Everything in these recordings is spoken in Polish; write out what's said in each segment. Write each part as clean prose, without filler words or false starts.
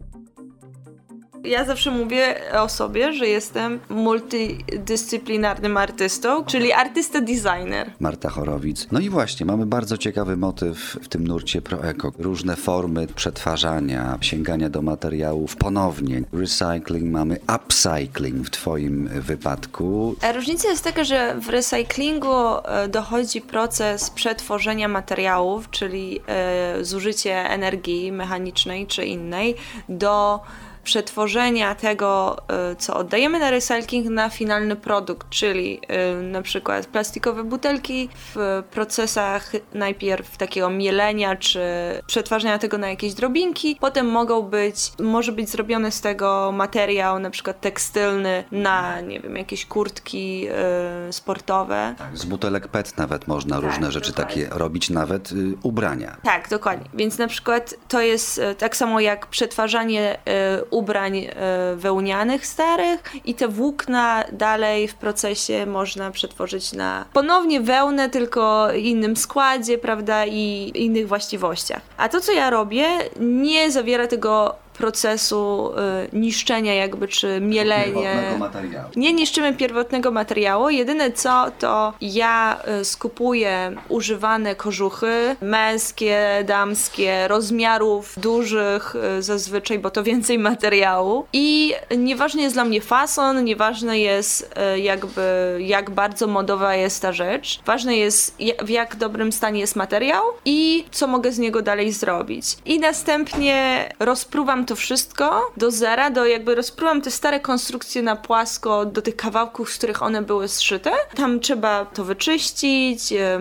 Ja zawsze mówię o sobie, że jestem multidyscyplinarnym artystą, czyli artysta-designer. Marta Chorowicz. No i właśnie, mamy bardzo ciekawy motyw w tym nurcie pro-eko. Różne formy przetwarzania, sięgania do materiałów ponownie. Recycling, mamy upcycling w twoim wypadku. Różnica jest taka, że w recyklingu dochodzi proces przetworzenia materiałów, czyli zużycie energii mechanicznej czy innej do przetworzenia tego, co oddajemy na recycling, na finalny produkt, czyli na przykład plastikowe butelki w procesach najpierw takiego mielenia, czy przetwarzania tego na jakieś drobinki. Potem może być zrobiony z tego materiał na przykład tekstylny na, nie wiem, jakieś kurtki sportowe. Tak, z butelek PET nawet można różne rzeczy dokładnie. takie robić, nawet ubrania. Tak, dokładnie. Więc na przykład to jest tak samo jak przetwarzanie ubrań wełnianych starych i te włókna dalej w procesie można przetworzyć na ponownie wełnę, tylko innym składzie, prawda, i innych właściwościach. A to, co ja robię, nie zawiera tego procesu niszczenia jakby, czy mielenia. Pierwotnego materiału. Nie niszczymy pierwotnego materiału. Jedyne co, to ja skupuję używane kożuchy męskie, damskie, rozmiarów dużych zazwyczaj, bo to więcej materiału. I nieważny jest dla mnie fason, nieważne jest jakby jak bardzo modowa jest ta rzecz. Ważne jest w jak dobrym stanie jest materiał i co mogę z niego dalej zrobić. I następnie rozpruwam to wszystko do zera, rozpruwam te stare konstrukcje na płasko do tych kawałków, z których one były zszyte. Tam trzeba to wyczyścić,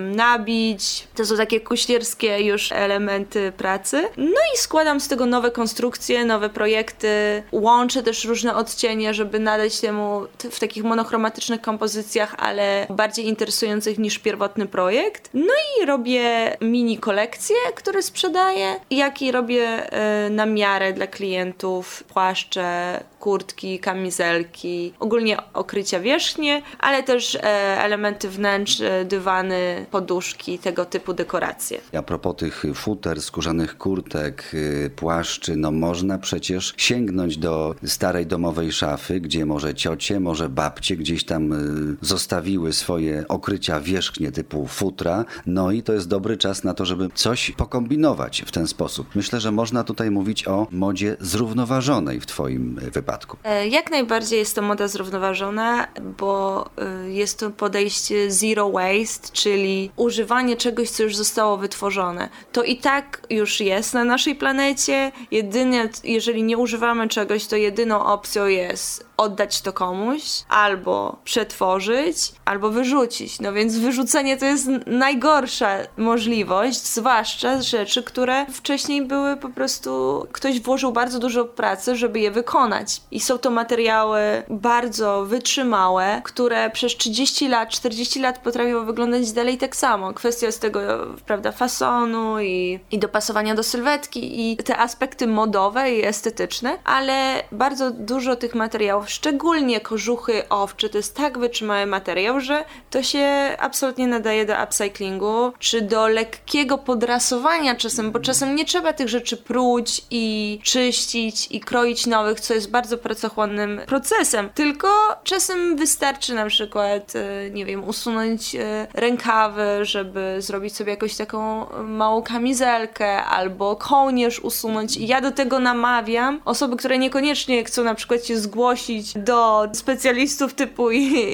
nabić. To są takie kuśtierskie już elementy pracy. No i składam z tego nowe konstrukcje, nowe projekty. Łączę też różne odcienie, żeby nadać temu w takich monochromatycznych kompozycjach, ale bardziej interesujących niż pierwotny projekt. No i robię mini kolekcje, które sprzedaję, jak i robię na miarę dla klientów płaszcze, kurtki, kamizelki, ogólnie okrycia wierzchnie, ale też elementy wnętrz, dywany, poduszki, tego typu dekoracje. A propos tych futer, skórzanych kurtek, płaszczy, no można przecież sięgnąć do starej domowej szafy, gdzie może ciocie, może babcie gdzieś tam zostawiły swoje okrycia wierzchnie typu futra, no i to jest dobry czas na to, żeby coś pokombinować w ten sposób. Myślę, że można tutaj mówić o modzie zrównoważonej w twoim wypadku. Jak najbardziej jest to moda zrównoważona, bo jest to podejście zero waste, czyli używanie czegoś, co już zostało wytworzone. To i tak już jest na naszej planecie. Jedynie, jeżeli nie używamy czegoś, to jedyną opcją jest oddać to komuś, albo przetworzyć, albo wyrzucić. No więc wyrzucenie to jest najgorsza możliwość, zwłaszcza rzeczy, które wcześniej były po prostu, ktoś włożył bardzo dużo pracy, żeby je wykonać. I są to materiały bardzo wytrzymałe, które przez 30 lat, 40 lat potrafią wyglądać dalej tak samo. Kwestia jest tego, prawda, fasonu i dopasowania do sylwetki i te aspekty modowe i estetyczne, ale bardzo dużo tych materiałów, szczególnie kożuchy owcze, to jest tak wytrzymały materiał, że to się absolutnie nadaje do upcyclingu, czy do lekkiego podrasowania czasem, bo czasem nie trzeba tych rzeczy pruć i czyścić i kroić nowych, co jest bardzo pracochłonnym procesem, tylko czasem wystarczy na przykład, nie wiem, usunąć rękawy, żeby zrobić sobie jakąś taką małą kamizelkę, albo kołnierz usunąć. I ja do tego namawiam osoby, które niekoniecznie chcą na przykład się zgłosić do specjalistów typu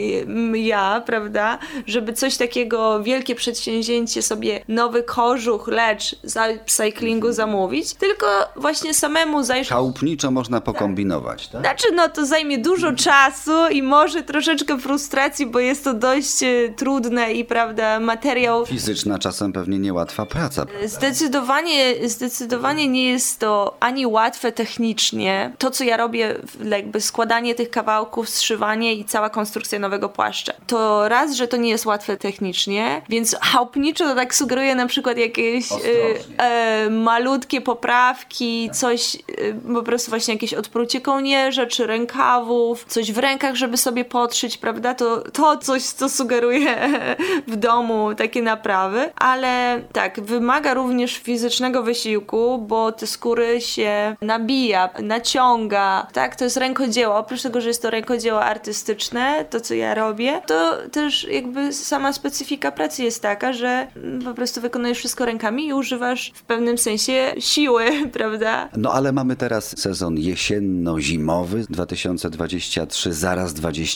ja, prawda, żeby coś takiego, wielkie przedsięwzięcie sobie, nowy kożuch, lecz z upcyclingu zamówić, tylko właśnie samemu zajrzeć. Chałupniczo można pokombinować, tak? Znaczy, no to zajmie dużo czasu i może troszeczkę frustracji, bo jest to dość trudne i, prawda, materiał. Fizyczna, czasem pewnie niełatwa praca. Zdecydowanie nie jest to ani łatwe technicznie. To, co ja robię, jakby składanie tych kawałków, zszywanie i cała konstrukcja nowego płaszcza. To raz, że to nie jest łatwe technicznie, więc chałupniczo to tak sugeruje na przykład jakieś malutkie poprawki, coś po prostu właśnie jakieś odprucie kołnierza, czy rękawów, coś w rękach, żeby sobie podszyć, prawda? To coś, co sugeruje w domu takie naprawy, ale tak, wymaga również fizycznego wysiłku, bo te skóry się nabija, naciąga, tak? To jest rękodzieło. Oprócz tego, że jest to rękodzieło artystyczne, to co ja robię, to też jakby sama specyfika pracy jest taka, że po prostu wykonujesz wszystko rękami i używasz w pewnym sensie siły, prawda? No ale mamy teraz sezon jesienno-zimowy 2023, zaraz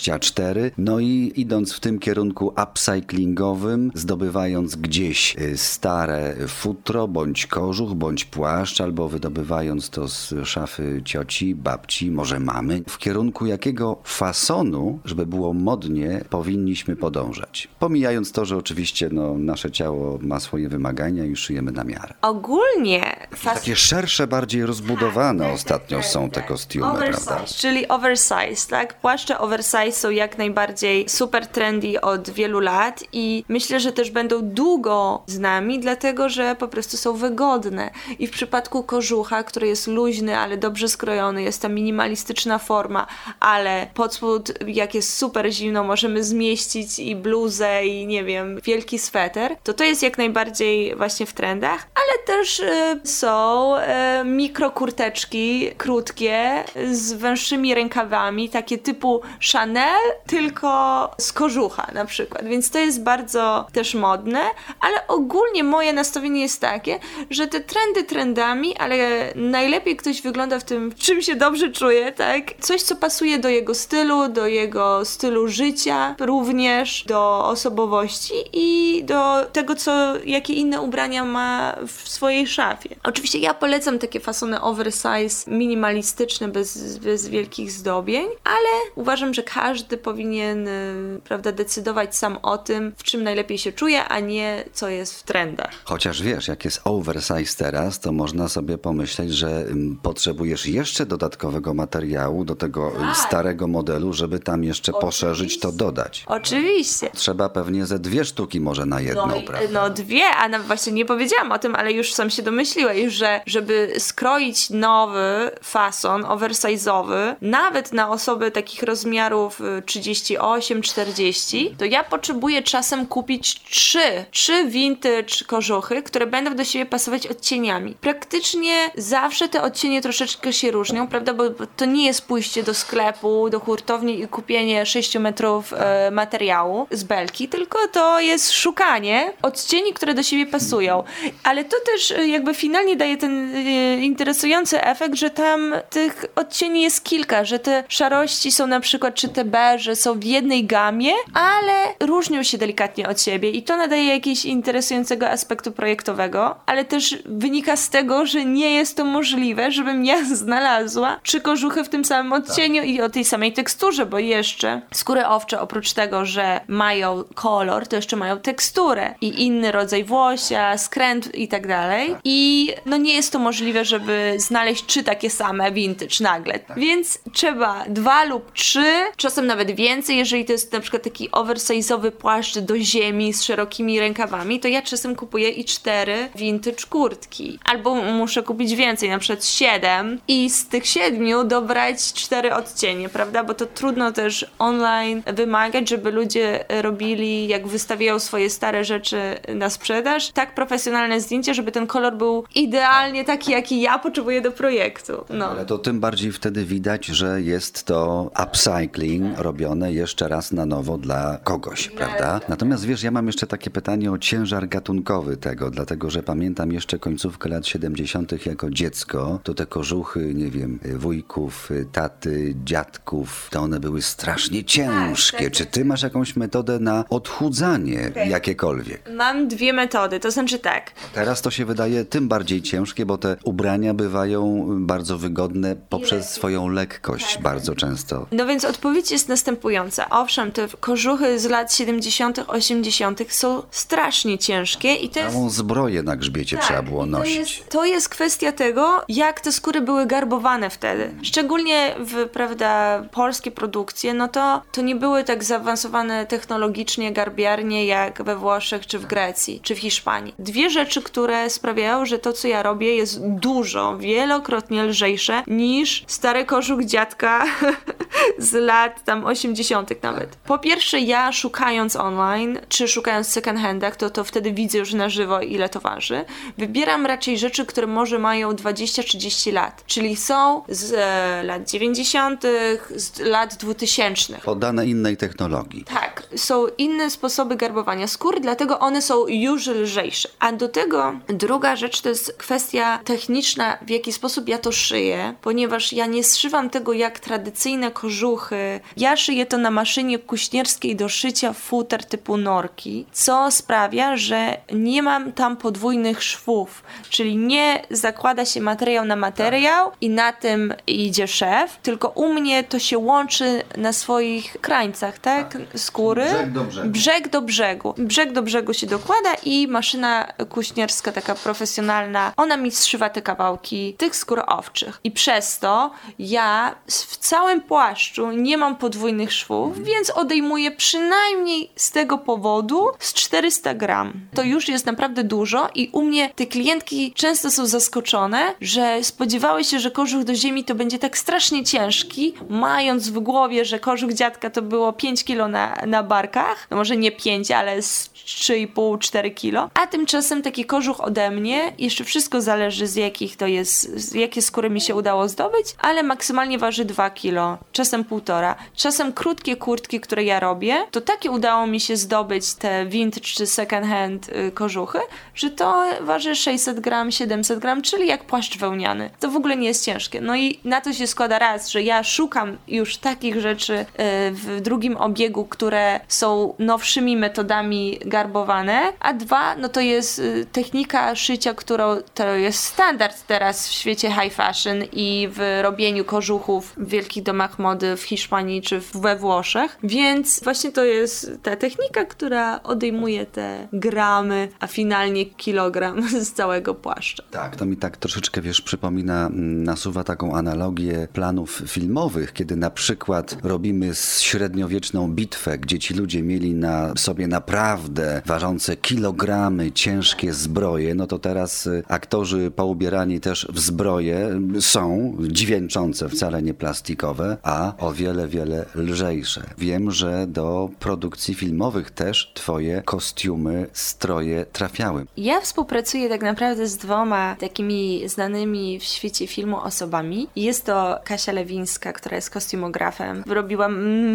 24. No i idąc w tym kierunku upcyklingowym, zdobywając gdzieś stare futro, bądź kożuch, bądź płaszcz, albo wydobywając to z szafy cioci, babci, może mamy, w kierunku jakiego fasonu, żeby było modnie, powinniśmy podążać. Pomijając to, że oczywiście nasze ciało ma swoje wymagania i szyjemy na miarę. Ogólnie Takie szersze, bardziej rozbudowane ostatnio są te kostiumy, prawda? Czyli oversize, tak? Płaszcze oversize są jak najbardziej super trendy od wielu lat i myślę, że też będą długo z nami, dlatego, że po prostu są wygodne. I w przypadku kożucha, który jest luźny, ale dobrze skrojony, jest ta minimalistyczna forma, ale pod spód, jak jest super zimno, możemy zmieścić i bluzę i nie wiem, wielki sweter, to jest jak najbardziej właśnie w trendach, ale też są mikrokurteczki krótkie z węższymi rękawami, takie typu Chanel, tylko z kożucha na przykład, więc to jest bardzo też modne, ale ogólnie moje nastawienie jest takie, że te trendy trendami, ale najlepiej ktoś wygląda w tym, w czym się dobrze czuje, tak? Coś, co pasuje do jego stylu życia, również do osobowości i do tego, jakie inne ubrania ma w swojej szafie. Oczywiście ja polecam takie fasony oversize, minimalistyczne, bez wielkich zdobień, ale uważam, że każdy powinien, prawda, decydować sam o tym, w czym najlepiej się czuje, a nie co jest w trendach. Chociaż wiesz, jak jest oversize teraz, to można sobie pomyśleć, że potrzebujesz jeszcze dodatkowego materiału do tego starego modelu, żeby tam jeszcze poszerzyć, to dodać. Oczywiście. Trzeba pewnie ze 2 sztuki może na jedną, prawda? No 2, a właśnie nie powiedziałam o tym, ale już sam się domyśliłeś, że żeby skroić nowy fason oversize'owy, nawet na osoby takich rozmiarów 38-40, to ja potrzebuję czasem kupić 3 vintage kożuchy, które będą do siebie pasować odcieniami. Praktycznie zawsze te odcienie troszeczkę się różnią, prawda, bo to nie jest pójście do sklepu, do hurtowni i kupienie 6 metrów materiału z belki, tylko to jest szukanie odcieni, które do siebie pasują. Ale to też jakby finalnie daje ten interesujący efekt, że tam tych odcieni jest kilka, że te szarości są na przykład, czy te beże są w jednej gamie, ale różnią się delikatnie od siebie i to nadaje jakiegoś interesującego aspektu projektowego, ale też wynika z tego, że nie jest to możliwe, żebym ja znalazła 3 kożuchy w tym samym odcieniu i o tej samej teksturze, bo jeszcze skóry owcze oprócz tego, że mają kolor, to jeszcze mają teksturę i inny rodzaj włosia, skręt i tak dalej. I nie jest to możliwe, żeby znaleźć 3 takie same vintage nagle. Więc trzeba 2 lub 3, czasem nawet więcej, jeżeli to jest na przykład taki oversize'owy płaszcz do ziemi z szerokimi rękawami, to ja czasem kupuję i 4 vintage kurtki. Albo muszę kupić więcej, na przykład 7 i z tych 7 dobrać 4 odcienie, prawda? Bo to trudno też online wymagać, żeby ludzie robili, jak wystawiają swoje stare rzeczy na sprzedaż, tak profesjonalne zdjęcie, żeby ten kolor był idealnie taki, jaki ja potrzebuję do projektu. Ale to tym bardziej wtedy widać, że jest to upcycling robione jeszcze raz na nowo dla kogoś, prawda? Natomiast wiesz, ja mam jeszcze takie pytanie o ciężar gatunkowy tego, dlatego, że pamiętam jeszcze końcówkę lat 70. jako dziecko, to te kożuchy, nie wiem, wujków, taty, dziadków, to one były strasznie ciężkie. Czy ty masz jakąś metodę na odchudzanie jakiekolwiek? Mam 2 metody, to znaczy tak. Teraz to się wydaje tym bardziej ciężkie, bo te ubrania bywają bardzo wygodne poprzez swoją lekkość bardzo często. No więc odpowiedź jest następująca. Owszem, te kożuchy z lat 70., 80. są strasznie ciężkie i to jest... Całą zbroję na grzbiecie trzeba było nosić. To jest kwestia tego, jak te skóry były garbowane wtedy. Szczególnie w, prawda, polskie produkcje, to nie były tak zaawansowane technologicznie garbiarnie jak we Włoszech, czy w Grecji, czy w Hiszpanii. 2 rzeczy, które sprawiają, że to, co ja robię, jest dużo, wielokrotnie lżejsze niż stary kożuch dziadka z lat tam 80. nawet. Po pierwsze, ja szukając online, czy szukając w second handach, to wtedy widzę już na żywo, ile to waży. Wybieram raczej rzeczy, które może mają 20-30 lat, czyli są z lat 90., z lat 2000. Podane innej technologii. Tak, są inne sposoby garbowania skór, dlatego one są już lżejsze. A do tego druga rzecz to jest kwestia techniczna, w jaki sposób ja to szyję, ponieważ ja nie zszywam tego jak tradycyjne kożuchy. Ja szyję to na maszynie kuśnierskiej do szycia futer typu norki, co sprawia, że nie mam tam podwójnych szwów, czyli nie zakłada się materiał na materiał i na tym idzie szef, tylko u mnie to się łączy na swoich krańcach, tak? Skóry. Brzeg do brzegu. Brzeg do brzegu. Brzeg do brzegu się dokłada i maszyna kuśnierska, taka profesjonalna, ona mi zszywa te kawałki tych skór owczych. I przez to ja w całym płaszczu nie mam podwójnych szwów, więc odejmuję przynajmniej z tego powodu z 400 gram. To już jest naprawdę dużo i u mnie te klientki często są zaskoczone, że spodziewały się, że kożuch do ziemi to będzie tak strasznie ciężki, mając w głowie, że kożuch dziadka to było 5 kilo na barkach, no może nie 5, ale z 3,5-4 kilo, a tymczasem taki kożuch ode mnie, jeszcze wszystko zależy z jakich to jest, z jakie skóry mi się udało zdobyć, ale maksymalnie waży 2 kilo, czasem 1,5. Czasem krótkie kurtki, które ja robię, to takie udało mi się zdobyć te vintage czy second hand kożuchy, że to waży 600 gram, 700 gram, czyli jak płaszcz wełniany. To w ogóle nie jest ciężkie. No i na to się składa raz, że ja szukam już takich rzeczy w drugim obiegu, które są nowszymi metodami garbowane, a dwa, no to jest technika szycia, którą to jest standard teraz w świecie high fashion i w robieniu kożuchów w wielkich domach mody w Hiszpanii czy we Włoszech, więc właśnie to jest ta technika, która odejmuje te gramy, a finalnie kilogram z całego płaszcza. Tak, to mi tak troszeczkę, przypomina, nasuwa taką analogię planów filmowych, kiedy na przykład robimy średniowieczną bitwę, gdzie ci ludzie mieli na sobie naprawdę ważące kilogramy ciężkie zbroje, no to teraz aktorzy poubierani też w zbroje są dźwięczące, wcale nie plastikowe, a o wiele, wiele lżejsze. Wiem, że do produkcji filmowych też twoje kostiumy, stroje trafiały. Ja współpracuję tak naprawdę z dwoma takimi znanymi w świecie filmu osobami. Jest to Kasia Lewińska, która jest kostiumografem. Robiła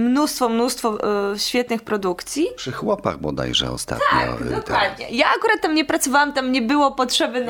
mnóstwo świetnych produkcji. Przy Chłopach bodajże ostatnio. Tak, dokładnie. Ja akurat tam nie pracowałam, tam nie było potrzeby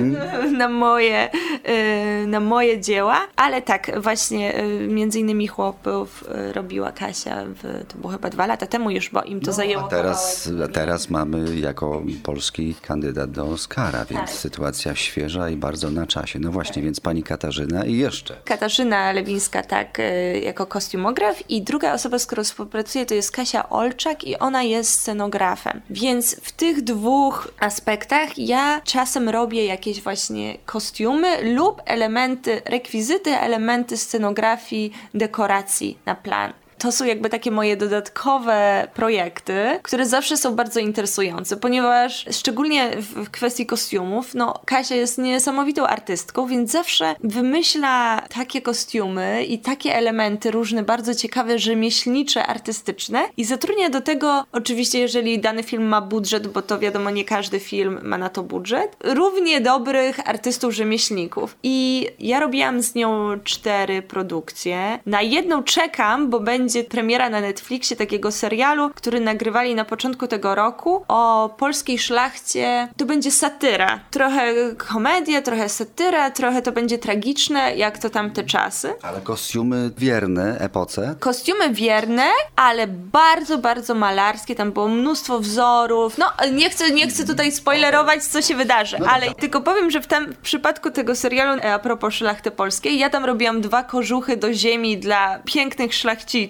na moje dzieła, ale tak, właśnie między innymi Chłopów robiła Kasia, to było chyba 2 lata temu już, bo im to zajęło teraz mamy jako polski kandydat do Oscara, więc tak. Sytuacja świeża i bardzo na czasie. No właśnie, więc pani Katarzyna i jeszcze. Katarzyna Lewińska, tak, jako kostiumograf i druga osoba, z którą współpracuję, to jest Kasia Olczak i ona jest scenografem. Więc w tych dwóch aspektach ja czasem robię jakieś właśnie kostiumy lub elementy, rekwizyty, elementy scenografii, dekoracji na plan. To są jakby takie moje dodatkowe projekty, które zawsze są bardzo interesujące, ponieważ szczególnie w kwestii kostiumów, no Kasia jest niesamowitą artystką, więc zawsze wymyśla takie kostiumy i takie elementy różne, bardzo ciekawe, rzemieślnicze, artystyczne i zatrudnia do tego, oczywiście jeżeli dany film ma budżet, bo to wiadomo, nie każdy film ma na to budżet, równie dobrych artystów, rzemieślników. I ja robiłam z nią 4 produkcje. Na jedną czekam, bo będzie premiera na Netflixie takiego serialu, który nagrywali na początku tego roku o polskiej szlachcie. To będzie satyra. Trochę komedia, trochę satyra, trochę to będzie tragiczne, jak to tamte czasy. Ale kostiumy wierne epoce? Kostiumy wierne, ale bardzo, bardzo malarskie. Tam było mnóstwo wzorów. No, nie chcę tutaj spoilerować, co się wydarzy, ale tylko powiem, że w przypadku tego serialu, a propos szlachty polskiej, ja tam robiłam 2 kożuchy do ziemi dla pięknych szlachciców,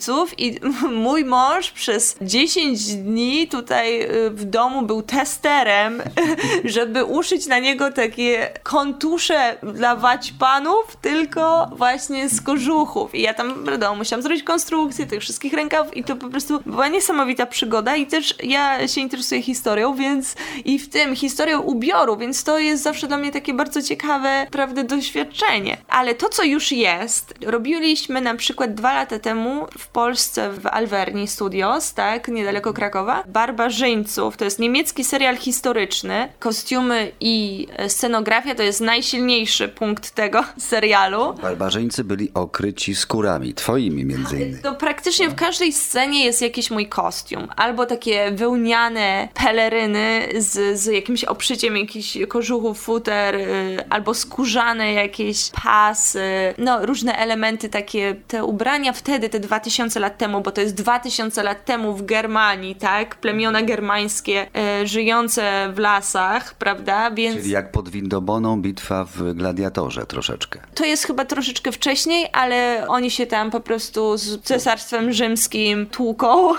jeansów i mój mąż przez 10 dni tutaj w domu był testerem, żeby uszyć na niego takie kontusze dla waćpanów, tylko właśnie z kożuchów. I ja tam, wiadomo, musiałam zrobić konstrukcję tych wszystkich rękawów i to po prostu była niesamowita przygoda i też ja się interesuję historią, więc i w tym historią ubioru, więc to jest zawsze dla mnie takie bardzo ciekawe, prawda, doświadczenie. Ale to, co już jest, robiliśmy na przykład 2 lata temu w Polsce w Alverni Studios, tak, niedaleko Krakowa, Barbarzyńców. To jest niemiecki serial historyczny. Kostiumy i scenografia to jest najsilniejszy punkt tego serialu. Barbarzyńcy byli okryci skórami, twoimi między innymi. To praktycznie w każdej scenie jest jakiś mój kostium. Albo takie wełniane peleryny z jakimś obszyciem jakichś kożuchów, futer, albo skórzane jakieś pasy, no różne elementy takie, te ubrania wtedy, te 2000 lat temu, bo to jest 2000 lat temu w Germanii, tak? Plemiona germańskie żyjące w lasach, prawda? Więc... Czyli jak pod Windoboną bitwa w Gladiatorze troszeczkę. To jest chyba troszeczkę wcześniej, ale oni się tam po prostu z Cesarstwem Rzymskim tłuką,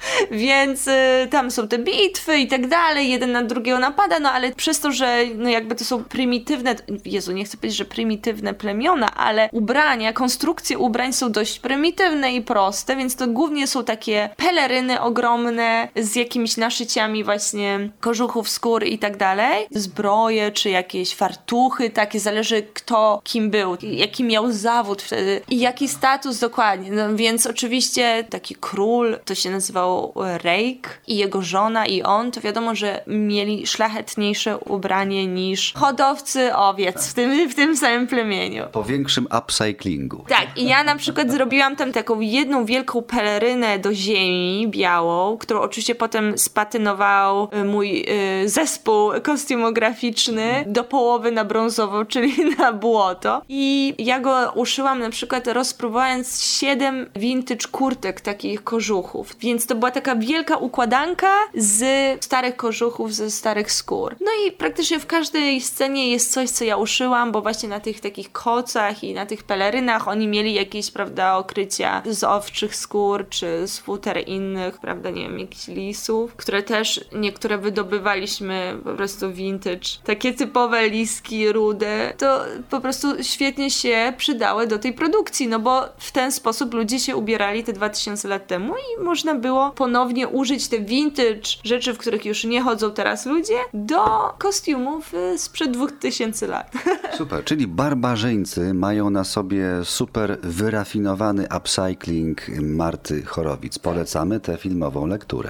więc tam są te bitwy i tak dalej, jeden na drugiego napada, no ale przez to, że no jakby to są prymitywne, Jezu, nie chcę powiedzieć, że prymitywne plemiona, ale ubrania, konstrukcje ubrań są dość prymitywne i proste, więc to głównie są takie peleryny ogromne z jakimiś naszyciami właśnie kożuchów, skór i tak dalej. Zbroje, czy jakieś fartuchy, takie, zależy kto kim był, jaki miał zawód wtedy i jaki status dokładnie. No więc oczywiście taki król, to się nazywał Rejk i jego żona i on, to wiadomo, że mieli szlachetniejsze ubranie niż hodowcy owiec w tym samym plemieniu. Po większym upcyclingu. Tak, i ja na przykład zrobiłam tam taką jedną wielką pelerynę do ziemi, białą, którą oczywiście potem spatynował mój zespół kostiumograficzny do połowy na brązowo, czyli na błoto. I ja go uszyłam na przykład rozpróbując 7 vintage kurtek takich kożuchów. Więc to była taka wielka układanka z starych kożuchów, ze starych skór. No i praktycznie w każdej scenie jest coś, co ja uszyłam, bo właśnie na tych takich kocach i na tych pelerynach oni mieli jakieś, prawda, okrycia z owczych skór, czy z futer innych, prawda, nie wiem, jakichś lisów, które też niektóre wydobywaliśmy po prostu vintage. Takie typowe liski rude, to po prostu świetnie się przydały do tej produkcji, no bo w ten sposób ludzie się ubierali te 2000 lat temu i można było ponownie użyć te vintage rzeczy, w których już nie chodzą teraz ludzie, do kostiumów sprzed 2000 lat. Super, czyli barbarzyńcy mają na sobie super wyrafinowany upcycling Marty Chorowic. Polecamy tę filmową lekturę.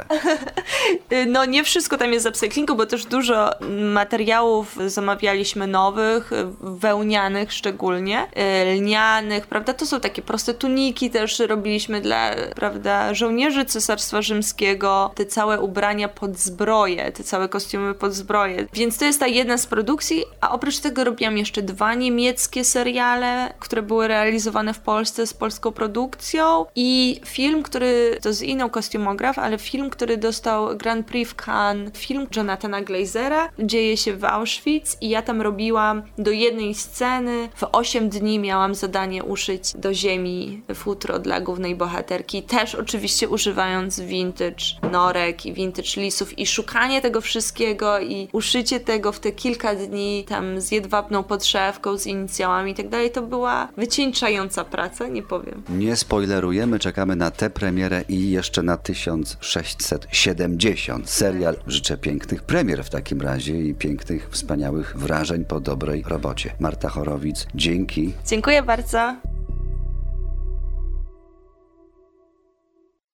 No nie wszystko tam jest z upcyclingu, bo też dużo materiałów zamawialiśmy nowych, wełnianych szczególnie, lnianych, prawda? To są takie proste tuniki też robiliśmy dla, prawda, żołnierzy Cesarstwa Rzymskiego, te całe ubrania pod zbroję, te całe kostiumy pod zbroję. Więc to jest ta jedna z produkcji, a oprócz tego robiłam jeszcze 2 niemieckie seriale, które były realizowane w Polsce z polską produkcją i film, który, to z inną kostiumograf, ale film, który dostał Grand Prix w Cannes, film Jonathana Glazera, dzieje się w Auschwitz i ja tam robiłam do jednej sceny, w 8 dni miałam zadanie uszyć do ziemi futro dla głównej bohaterki, też oczywiście używając vintage norek i vintage lisów i szukanie tego wszystkiego i uszycie tego w te kilka dni tam z jedwabną podszewką, z inicjałami i tak dalej, to była wycieńczająca praca, nie powiem. Nie spoilerujemy, czekamy na tę premierę i jeszcze na 1670. Serial. Życzę pięknych premier w takim razie i pięknych, wspaniałych wrażeń po dobrej robocie. Marta Chorowic, dzięki. Dziękuję bardzo.